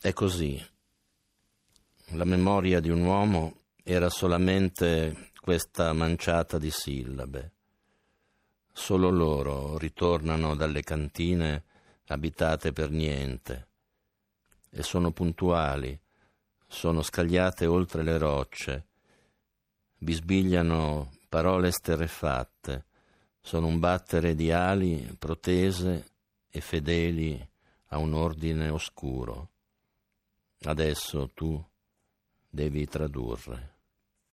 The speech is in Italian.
È così. La memoria di un uomo era solamente questa manciata di sillabe. Solo loro ritornano dalle cantine abitate per niente e sono puntuali, sono scagliate oltre le rocce, bisbigliano parole sterrefatte, sono un battere di ali protese e fedeli a un ordine oscuro. Adesso tu devi tradurre.